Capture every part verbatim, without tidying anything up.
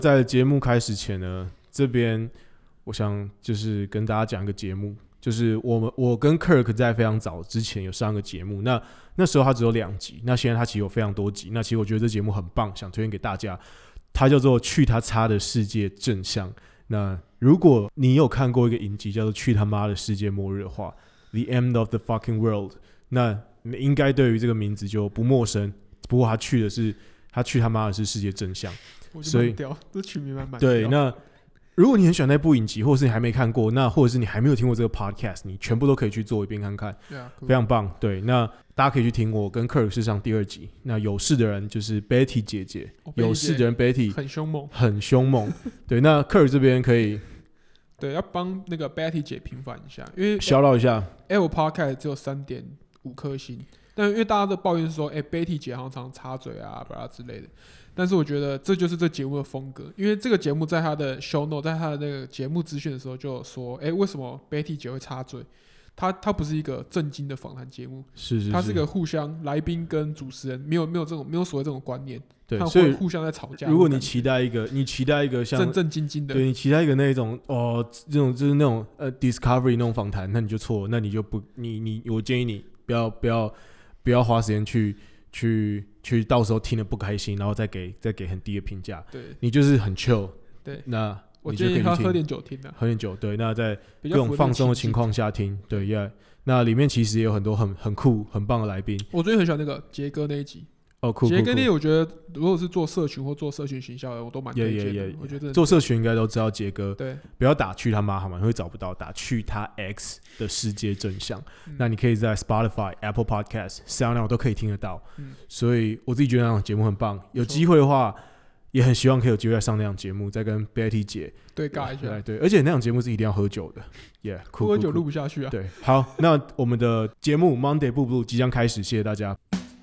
在节目开始前呢，这边我想就是跟大家讲一个节目，就是我们我跟 Kirk 在非常早之前有上个节目，那那时候他只有两集，那现在他其实有非常多集，那其实我觉得这节目很棒，想推荐给大家。它叫做《去他叉的世界正向》。那如果你有看过一个影集叫做《去他妈的世界末日》的话，《The End of the Fucking World》，那你应该对于这个名字就不陌生。不过他去的是他去他妈的是世界正向。 所以这取名蛮蛮对，那如果你很喜欢那部影集，或者是你还没看过，那或者是你还没有听过这个 podcast， 你全部都可以去做一遍看看， 对啊， 非常棒。对，那大家可以去听我跟 Kirk 是上第二集。那有事的人就是 Betty 姐姐，哦、有事的人 Betty 很凶猛， 很凶猛。对，那 Kirk 这边可以， 对，要帮那个 Betty 姐平反一下，因为小扰一下 ，Apple Podcast 只有三点五颗星，但因为大家的抱怨是说，哎、欸、，Betty 姐好像常插嘴啊，巴拉之类的。但是我觉得这就是这节目的风格，因为这个节目在他的 show note， 在他的那个节目资讯的时候就有说，哎、欸，为什么 Betty 姐会插嘴？他他不是一个正经的访谈节目， 是是是， 他是一个互相来宾跟主持人没有没有这种没有所谓这种观念， 对， 他会互相在吵架。 如果你期待一个，你期待一个像正正经经的， 对你期待一个那种哦，这种就是那种呃 Discovery 那种访谈，那你就错了，那你就不你你我建议你不要不要不要花时间去。去去到时候听了不开心，然后再给再给很低的评价。 对， 你就是很 chill。 对， 那我建议他喝点酒听啊， 喝点酒。对，那在各种放松的情况下听。对，耶、yeah 。那里面其实也有很多很很酷、很棒的来宾。 我最近很喜欢那个杰哥那一集。 哦，酷。 杰哥那，我觉得如果是做社群或做社群行销的，我都蛮推荐的。Yeah, yeah, yeah, 我觉得做社群应该都知道杰哥。 对， 不要打去他妈好吗？你会找不到，打去他 X 的世界真相。嗯、那你可以在 Spotify、Apple Podcast、SoundCloud 都可以听得到。嗯、所以我自己觉得那档节目很棒。有机会的话，也很希望可以有机会上那档节目，再跟 Betty 姐对尬一下。 对对，而且那档节目是一定要喝酒的。Yeah， 不喝酒录不下去啊。 对，好，那我们的节目 Monday 不不录即将开始，谢谢大家。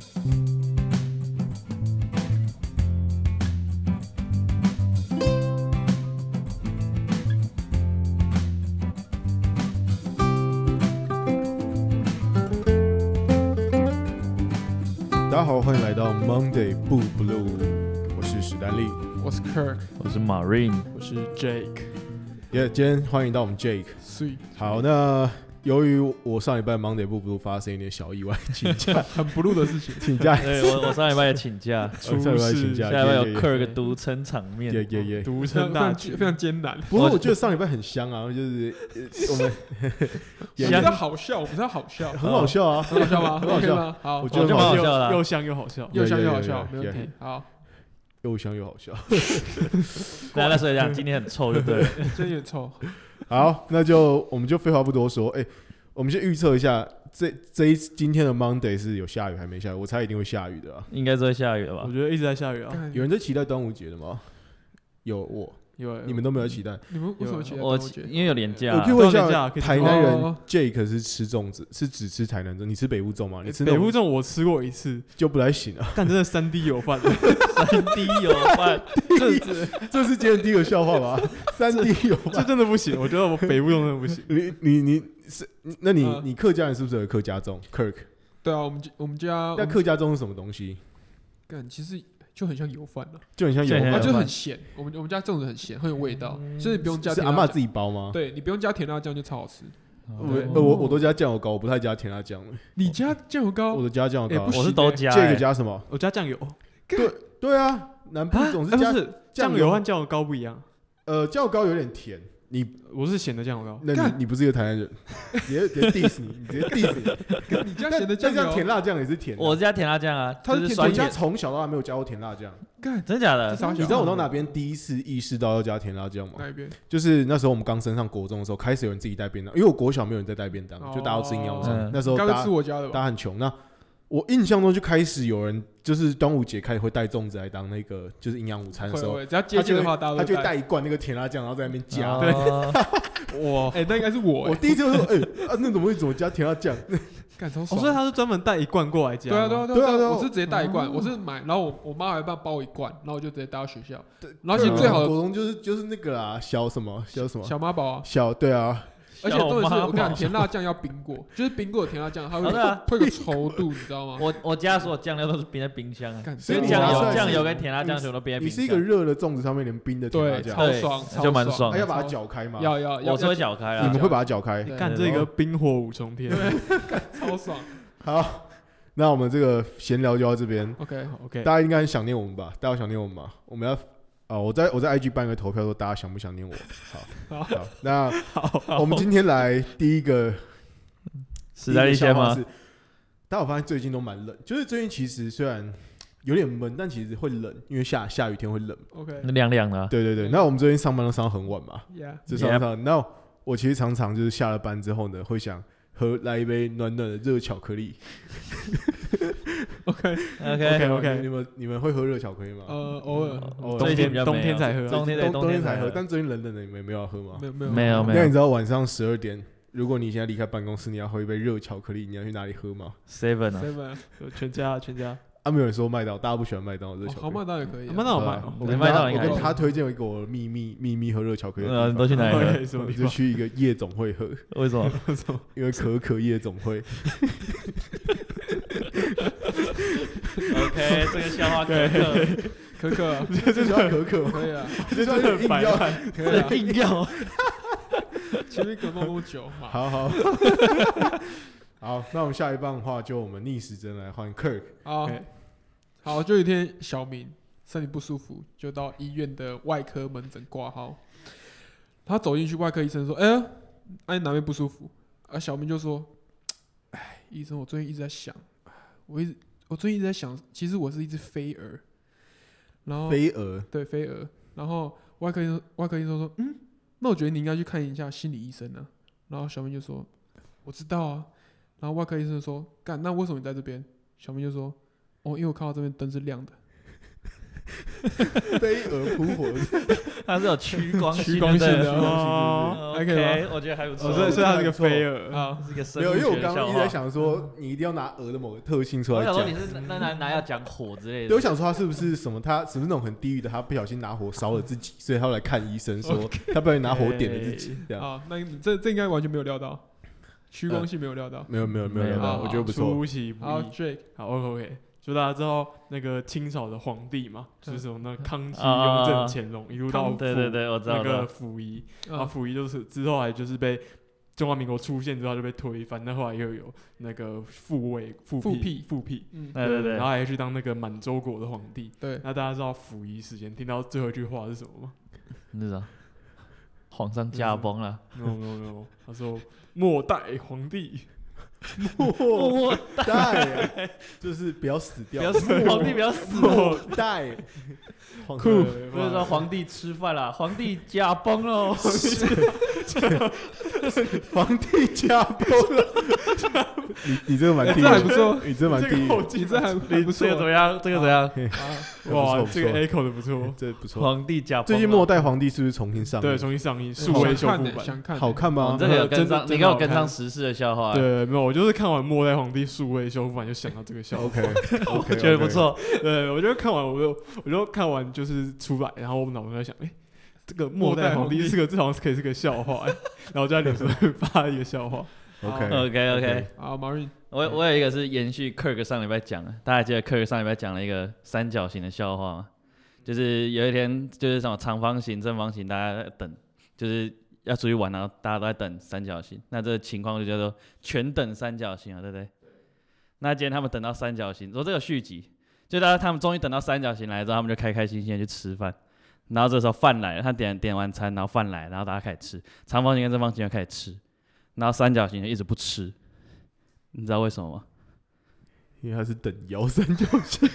大家好，欢迎来到 Monday 不不录，我是史丹利， 我是 Kirk， 我是 Marine， 我是 Jake。 耶、yeah, ，今天欢迎到我们 Jake。好，那由于我上礼拜 Monday 不不录发生一点小意外，请假， 很不录的事情， 请假。 对，我我上礼拜也请假， 上礼拜请假， 下礼拜有 Kirk 独撑场面， 耶耶耶， 独撑大局，非常艰难。 不过我觉得上礼拜很香啊，就是我们我们在好笑，我们在好笑， 很好笑啊， 很好笑吗？ 很好笑吗？好， 我觉得蛮好笑的， 又香又好笑，又香又好笑，没问题。好。 又香又好笑， 大家所以讲今天很臭就对了， 今天很臭。 好，那就我们就废话不多说，哎、欸，我们先预测一下，这这一今天的 Monday 是有下雨还没下雨？我猜一定会下雨的啊， 应该是会下雨的吧？ 我觉得一直在下雨啊。 有人在期待端午节的吗？有我。 有， 你们都没有期待？ 你们为什么期待？ 我因为有连假、啊。 我可以问一下，台南人 Jake 是吃粽子，是只吃台南粽？你吃北部粽吗？你吃北部粽我吃过一次， 就不太行了。 但真的三 D 有饭， 三 D 有饭， 这这是今天第一个笑话吧？三 D 有饭， 这真的不行。我觉得我北部粽真的不行。 你你你是？那你、呃、你客家人是不是有客家粽 ？Kirk？ 对啊，我们我们家。 那客家粽是什么东西？ 干，其实。就很像油饭了， 就很像油饭， 啊、就很咸。我们我们家粽子很咸，很有味道，嗯、所以你不用加甜辣酱。 是阿嬷自己包吗？ 对，你不用加甜辣酱就超好吃。 我我我都加酱油膏，我不太加甜辣酱了。 你加酱油膏？ 我都加酱油膏， 欸、我是都加、欸。 这个加什么？ 我加酱油。 对对啊，南部总是加酱油和酱油膏不一样。 呃，酱油膏有点甜。你我是咸的酱油膏， 那你你不是一个台南人，直接直接 diss 你，你直接 diss 你。 你加咸的酱油， 加甜辣酱也是甜的。 我加甜辣酱啊， 他是酸甜。我家从小到大没有加过甜辣酱。 干， 真的假的？ 你知道我到哪边第一次意识到要加甜辣酱吗？ 哪一边？ 就是那时候我们刚升上国中的时候，开始有人自己带便当，因为我国小没有人在带便当，就大家都吃营养午餐。那时候大家吃我家的， 大家很穷。那我印象中就开始有人，就是端午节开始会带粽子来当那个就是营养午餐的时候， 只要接近的话，大家他就会带一罐那个甜辣酱，然后在那边加。 对，哇，哎，那应该是我。 我第一次就说，哎，啊，那怎么会怎么加甜辣酱？ 干超爽！所以他是专门带一罐过来加。对啊，对啊，对啊，我是直接带一罐，我是买，然后我我妈还帮包一罐，然后我就直接带到学校。然后其实最好的国中就是就是那个啦，小什么小什么小妈宝啊， 小对啊。 而且重点是我跟你讲， 小甜辣酱要冰过，就是冰过的甜辣酱，它会哦对啊会有个稠度，你知道吗？ 我我家所有酱料都是冰在冰箱啊， 干所以你酱油拿出来是酱油跟甜辣酱全部都冰在冰箱。 你是一个热的粽子上面连冰的甜辣对， 酱， 超爽，超就蛮爽还要把它搅开吗？ 要要要， 我是会搅开啦。 你们会把它搅开？ 对干这个冰火五重天。 超爽。 好，那我们这个闲聊就到这边。 OK， OK， 大家应该很想念我们吧？大家有想念我们吗？我们要啊、我在我在 I G 办一个投票，说大家想不想念我？好，好，那我们今天来第一个时代一些吗？ 是，大家有发现最近都蛮冷，就是最近其实虽然有点闷，但其实会冷，因为下下雨天会冷。 OK， 凉凉的啊。 对对对，那我们最近上班都上到很晚嘛， Yeah， 就上上。那我其实常常就是下了班之后呢，会想喝来一杯暖暖的热巧克力。 OK， OK OK， 你们你们会喝热巧克力吗？ 呃，偶尔哦最近比较冬天才喝冬天冬冬天才才喝，但最近冷冷的，你们没有要喝吗？ 没有没有没有没那你知道晚上十二点，如果你现在离开办公室，你要喝一杯热巧克力，你要去哪里喝吗？ seven 啊， seven， 全家全家， 啊，没有人说麦当劳，大家不喜欢麦当劳热巧克力。 好麦当劳也可以啊， 麦当劳卖对啊哦我跟麦当劳他我跟应该有他推荐一个我秘密秘密喝热巧克力的地呃， 方， 你都去哪里喝？ 什么地方？ 我就去一个夜总会喝， 为什么？ 因为可可夜总会。 OK， 这个笑话可可， 可可啊， 这喜欢可可吗？ 可以啊， 这算是硬要。 可以啊， 硬要。 前面隔那么久嘛。 好好好，那我们下一棒的话，就我们逆时针来换 Kirk。 好 OK， 好，就有一天小明身体不舒服，就到医院的外科门诊挂号。他走进去，外科医生说：“哎呀，哎哪边不舒服？”啊，小明就说：“哎，医生，我最近一直在想，我一直我最近一直在想，其实我是一只飞蛾。”然后飞蛾， 对飞蛾，然后外科医生外科医生说：“嗯，那我觉得你应该去看一下心理医生呢、啊。”然后小明就说：“我知道啊。”然后外科医生说：“干，那为什么你在这边？”小明就说：“哦，因为我看到这边灯是亮的。” 飞蛾扑火， 它是有趋光趋光性的的。 哦还可以吗 OK，我觉得还不错。 哦，所以所以它是个飞蛾。 啊， 是一个生没有，因为我物学的笑话刚刚一直在。想说，你一定要拿蛾的某个特性出来讲我想说你。是那那拿要讲火之类对，我的。 想说他是不是什么？他是不是那种很地狱的？他不小心拿火烧了自己，所以他要来看医生，说他不小心拿火点了自己。这样啊，那你这这应该完全没有料到，趋光性没有料到。 没有没有没有没有， 没有我觉得不错。 出其不好意。 ，Jake， 好 OK OK，就大家知道那个清朝的皇帝嘛，就是从那康熙、 啊雍正、乾隆一路到对对对，我知道。 那个我知道溥仪，然后啊， 溥仪就是之后还就是被中华民国出现之后就被推翻，那后来又有那个复位复复辟辟复辟， 嗯， 对对对然后还去当那个满洲国的皇帝。 对， 那大家知道溥仪时间听到最后一句话是什么吗你知道，皇上驾崩了。 ？No No No，他说末代皇帝。 末代就是不要死掉， 不要死，皇帝不要死。 末代。 酷， 所以说皇帝吃饭了，皇帝驾崩了。 皇帝驾崩了。你你这个蛮地狱的， 这还不错， 你这蛮地狱的。 你这还还不错这个怎么样？这个怎么样？ 啊， 哇， 不错这个不错 echo 的不错。 这不错。 皇帝驾崩了。 最近末代皇帝是不是重新上映？ 对，重新上映数想位修复看呢， 版。 想看呢， 好看吗？ 哦这个有跟上， 真的真的你给我跟好看上时事的笑话。， 对，没有，我就是看完《末代皇帝》数位修复版就想到这个笑话。 OK OK， 觉得不。错。 对，我就看完，我就我就看完就是出来，然后我脑中在想，哎、这个末代皇帝是个，这好像可以是个笑话、哎，然后我就在脸书发了一个笑话。 OK OK OK， 好，Marvin， 我我有一个是延续 Kirk 上礼拜讲的，大家还记得 Kirk 上礼拜讲了一个三角形的笑话吗？就是有一天就是什么长方形、正方形，大家在等，就是要出去玩，然后大家都在等三角形，那这个情况就叫做全等三角形啊，对不对？那今天他们等到三角形，说这个续集，就大家他们终于等到三角形来之后，他们就开开心心的去吃饭。然后这时候饭来了，他点点完餐，然后饭来，然后大家开始吃，长方形跟正方形就开始吃，然后三角形就一直不吃，你知道为什么吗？ 因为他是等腰三角形。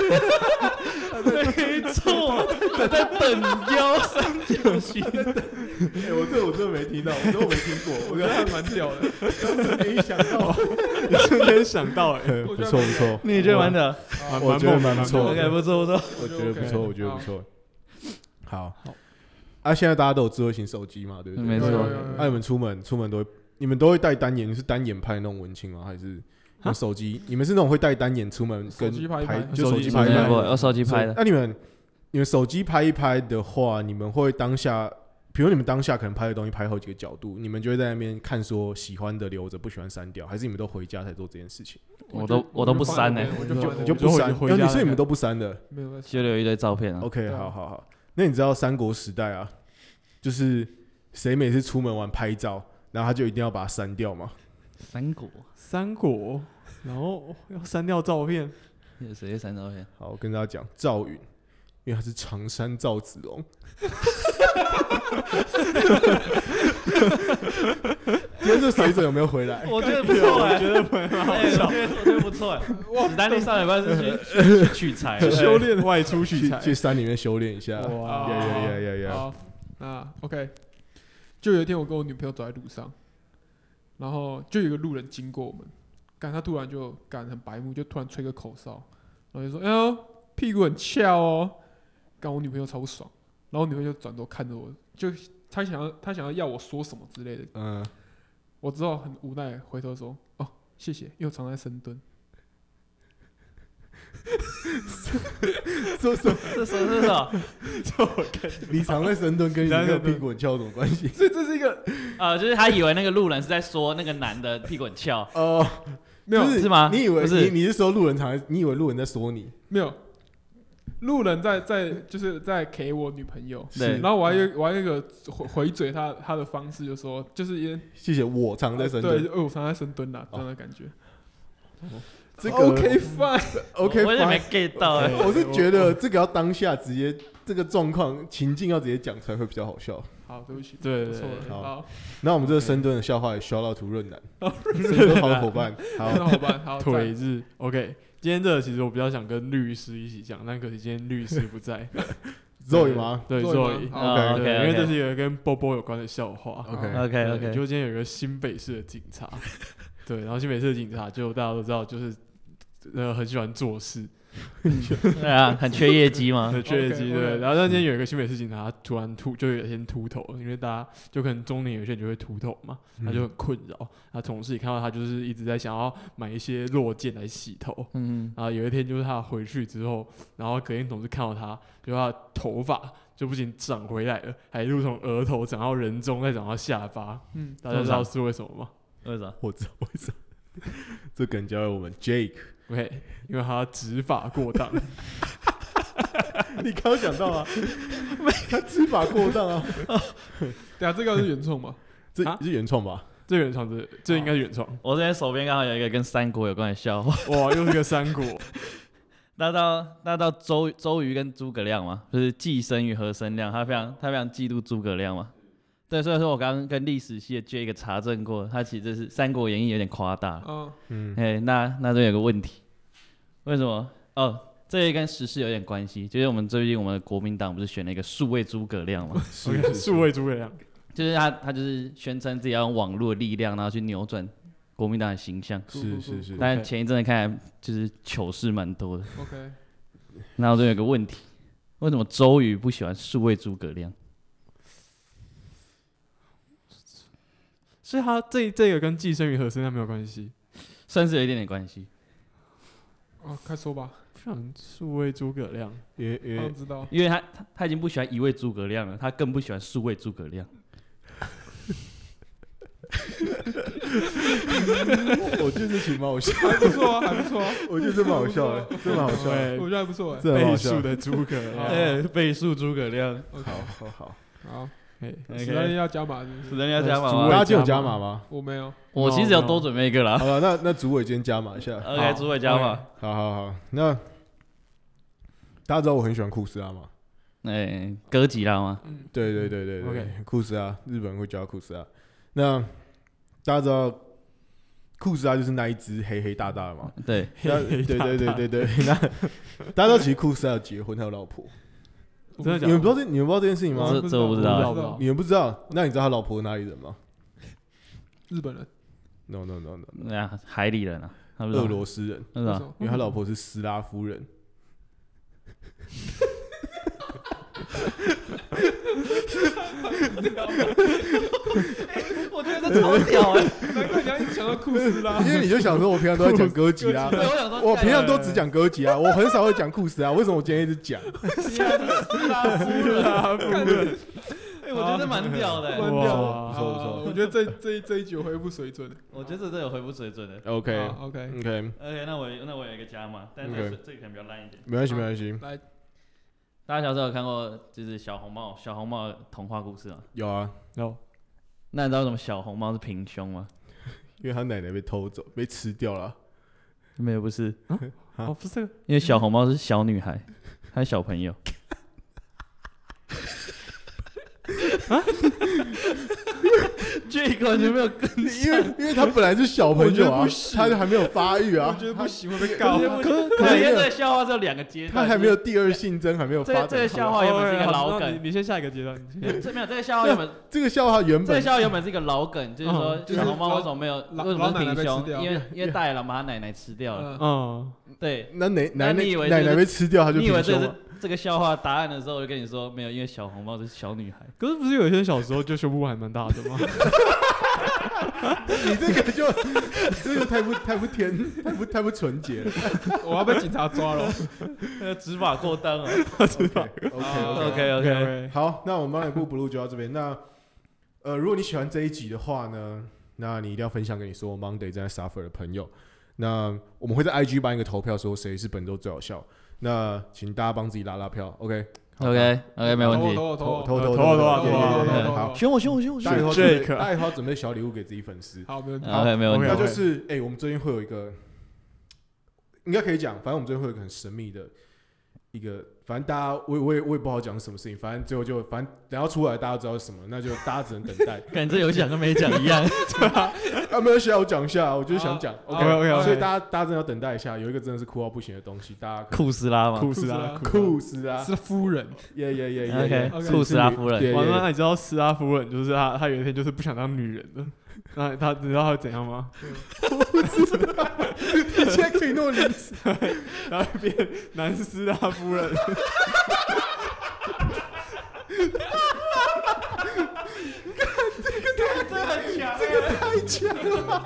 没错，他在等腰三角形。 哎，我这我真的没听到，我这我没听过， 我觉得还蛮屌的， 没想到。 你瞬间想到、哎， 不错不错， 你觉得蛮的蛮我觉得猛的蛮不错的 ？OK，不错不错。 我觉得不错，我觉得不好错。好，啊，现在大家都有智慧型手机嘛，对不对？ 没错有有有有那你们出门出门都会，你们都会带单眼？你是单眼派那种文青吗？还是用手机？你们是那种会带单眼出门跟手机拍一拍就手机手机拍一拍？ 我用手机拍的。 那你们你们手机拍一拍的话，你们会当下， 比如你们当下可能拍的东西拍好几个角度，你们就会在那边看说喜欢的留着，不喜欢删掉，还是你们都回家才做这件事情？ 我都我都不删呢、 我就放在那边你就不删， 回家那你是你们都不删的没有关系。 就留一堆照片啊。 ？OK， 对啊好好好。那你知道三国时代啊，就是谁每次出门玩拍照，然后他就一定要把它删掉吗？ 三国三国，然后要删掉照片， 有谁会删照片？ 好，我跟大家讲，赵云，因为他是长山赵子龙。今天这水准有没有回来？ 我觉得不错哎、 我觉得蛮好哎笑我觉得我觉得不错哎、史丹利上礼拜是去去去取材， 去修炼外出取材， 去去山里面修炼一下。 哇呀呀呀呀呀！ 好，那 OK，就有一天我跟我女朋友走在路上，然后就有一个路人经过我们，干他突然就干很白目，就突然吹个口哨，然后就说：“哎呦，屁股很翘哦。”干我女朋友超不爽，然后我女朋友就转头看着我，就她想要她想要要我说什么之类的， 嗯， 我只好很无奈回头说：“哦，谢谢，因为我常在深蹲。” 说什么？ 这什么？这是什么？ 你常在深蹲跟你那个屁股很翘有什么关系？ 所以这是一个啊，就是他以为那个路人是在说那个男的屁股很翘， 哦， 没有就是是吗你以为不是你你是说路人常在，你以为路人在说你？ 没有路人在在就是在给我女朋友， 对然后我还有我还有一个回回嘴他他的方式，就说就是也谢谢，我常在深对， 蹲。 哦我常在深蹲啦，这样的感觉。 这个 OK fine， OK， 我有点没 fine get 到哎、 我是觉得这个要当下直接这个状况情境要直接讲出来会比较好笑。 好，对不起， 对对我错对了， 好好， 那我们这个深蹲的笑话也需要到涂润南，深蹲好的伙伴。好， 那好办，好， 腿赞日 OK。今天这个其实我比较想跟律师一起讲，但可惜今天律师不在。 Zoe 吗对 Zoe ，Zoe， 吗好对 OK，OK 因为这是一个跟波波有关的笑话。 OK OK 对 OK， 就今天有一个新北市的警察，对，然后新北市的警察就大家都知道，就是呃很喜欢做事， 对啊，很缺业绩吗？ 很缺业绩， OK，OK 对。然后但今天有一个新北市警察，他突然秃，就有先秃头，因为大家就可能中年有些人就会秃头嘛，他就很困扰。他同事也看到他就是一直在想要买一些落件来洗头， 嗯， 然后有一天就是他回去之后，然后隔天同事看到他，就他的头发就不仅长回来了，还一路从额头长到人中，再长到下巴。 嗯， 大家知道是为什么吗为啥？ 我知道为什么。这梗交给我们 Jake。 ？OK，因为他执法过当。 你刚刚讲到啊，他执法过当啊， 等下这个是原创吗？ 这啊是原创吧？ 这原创，这这应该是原创。 我这边手边刚好有一个跟三国有关的笑话。 哇，又是个三国。 那到那到周周瑜跟诸葛亮嘛，就是既生瑜何生亮，他非常他非常嫉妒诸葛亮嘛。对，所以说我刚刚跟历史系的 J 一个查证过，他其实是《三国演义》有点夸大。 嗯， 嗯， 哎，那那这有个问题，为什么？哦，这也跟时事有点关系，就是我们最近我们的国民党不是选了一个数位诸葛亮嘛， 是 OK， 是是数位诸葛亮。 就是他他就是宣称自己要用网络的力量，然后去扭转国民党的形象。 是是是， 但前一阵子看来就是糗事蛮多的。 OK， 然后这有个问题，为什么周瑜不喜欢数位诸葛亮？ 所以他这这个跟寄生于和生亮没有关系。 算是有一点点关系， 哦，开说吧， 不想数位诸葛亮。 因为因为好像知道。 因为他他他已经不喜欢一位诸葛亮了，他更不喜欢数位诸葛亮。 我我觉得这题蛮好笑， 还不错啊，还不错啊， 我觉得这蛮好笑的，这蛮好笑的， 对我觉得还不错哎。 倍这很好笑数。的诸葛亮。 哎倍数诸葛亮。 好好好， 好， 哎史丹利要加码是不是？ 主人要加码主吗？ 大家今天有加码吗？ 我没有。 我其实有多准备一个啦。 好了，那那主委今天加码一下。 OK，主委加码。 好好好，那大家知道我很喜欢库斯拉吗？ 哎，哥吉拉吗？ 嗯， 对对对对对 OK 库斯拉，日本人会叫他库斯拉。那大家知道库斯拉就是那一只黑黑大大的嘛？ 对， 那对对对对对，那大家知道其实库斯拉有结婚，他有老婆。 真的假的？ 你们不知道这你们不知道这件事情吗？ 这这我不知道不知道你们不知道？那你知道他老婆是哪里人吗日本人。 ？No No No No， 那样海里人啊，他不是俄罗斯人， 那是吧？ 因为他老婆是斯拉夫人。 我觉得这超屌哎！ 难怪你要一直想到库斯拉。 因为你就想说，我平常都在讲哥吉拉， 对，我想说， 我平常都只讲哥吉拉，我很少会讲库斯拉。为什么我今天一直讲？ 斯拉夫人， 啊，不哎，我觉得这蛮屌的、欸， 蛮屌的， 哇不错不错啊我觉得这这一这一集有恢复水准。 我觉得这真有回复水准的。 OK 啊 OK， OK， OK， 那我那我有一个加码，但是这 OK 这个可能比较烂一点。 没关系没关系， 来， 大家小时候有看过就是小红帽小红帽的童话故事吗？ 有啊， 有那你知道为什么小红帽是平胸吗？ 因为他奶奶被偷走，被吃掉了。 没有，不是， 哦，不是这个， 因为小红帽是小女孩，还是小朋友。这个完全没有跟因为因为他本来是小朋友啊，他就还没有发育啊， 我觉得不行，会被告。 对，因为这个笑话只有两个阶段， 他还没有第二性征，还没有发展。 这个这个笑话原本是一个老好那你梗， 你先下一个阶段。你先这没有这个笑话原本这个笑话原本这个笑话原本是一个老梗，就是说嗯就是小红帽为什么没有老为什么是老奶奶平胸？ 被吃掉因为因为大野狼把他奶奶吃掉了。 嗯， 嗯， 对， 那奶奶奶那你以为奶奶这个被吃掉，他就你以为这是平胸了。 这个笑话答案的时候，我就跟你说没有，因为小红帽是小女孩。 可是不是有些人小时候就胸部还蛮大的吗？ 你这个就你这个太不太不天太不太不纯洁了。 我要被警察抓了。 那个执法过当哦。 OK OK OK OK， 好，那我们帮你部 blue 就到这边。那呃，如果你喜欢这一集的话呢，那你一定要分享给你所有 Monday 正在 suffer 的朋友。那我们会在 I G 办一个投票，说谁是本周最好笑。那请大家帮自己拉拉票 ，OK？ OK OK， 没问题。 投投投投投投投投投好， 选我选我选我选我。 大家以后准备 Jake 大家以后准备小礼物给自己粉丝。 好，没问题。 OK 没问题。 那就是哎，我们最近会有一个，应该可以讲，反正我们最近会有一个很神秘的一个，反正大家我也我也我也不好讲是什么事情，反正最后就反正等到出来大家知道是什么，那就大家只能等待。 感觉有讲跟没讲一样。 啊，没有需要我讲一下，我就是想讲。 好 OK， 所以大家大家真的要等待一下，有一个真的是酷到不行的东西，大家库斯拉吗？ 酷斯拉， 酷斯拉， 是夫人。 耶耶耶耶 OK， 库斯拉夫人。 完了，那你知道斯拉夫人就是他，他有一天就是不想当女人了。那他你知道他会怎样吗？ 我不知道，你现在可以那么临时， 然后变南斯拉夫人。 这个太强了，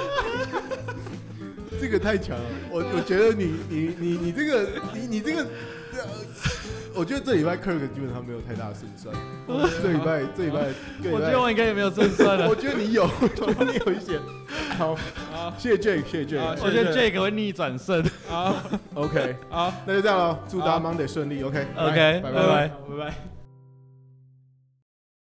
这个太强了。我我觉得你你你你这个你你这个，呃我觉得这礼拜 Kirk 基本上没有太大的胜算。这礼拜这礼拜， 我觉得我应该也没有胜算了。 我觉得你有，我觉得你有一些。好， 好， 谢谢 Jake， 谢谢 Jake。 我觉得 Jake 会逆转胜。 好， OK， 好， 那就这样了，祝大家 Monday 顺利。OK， OK， 拜拜拜。 拜拜。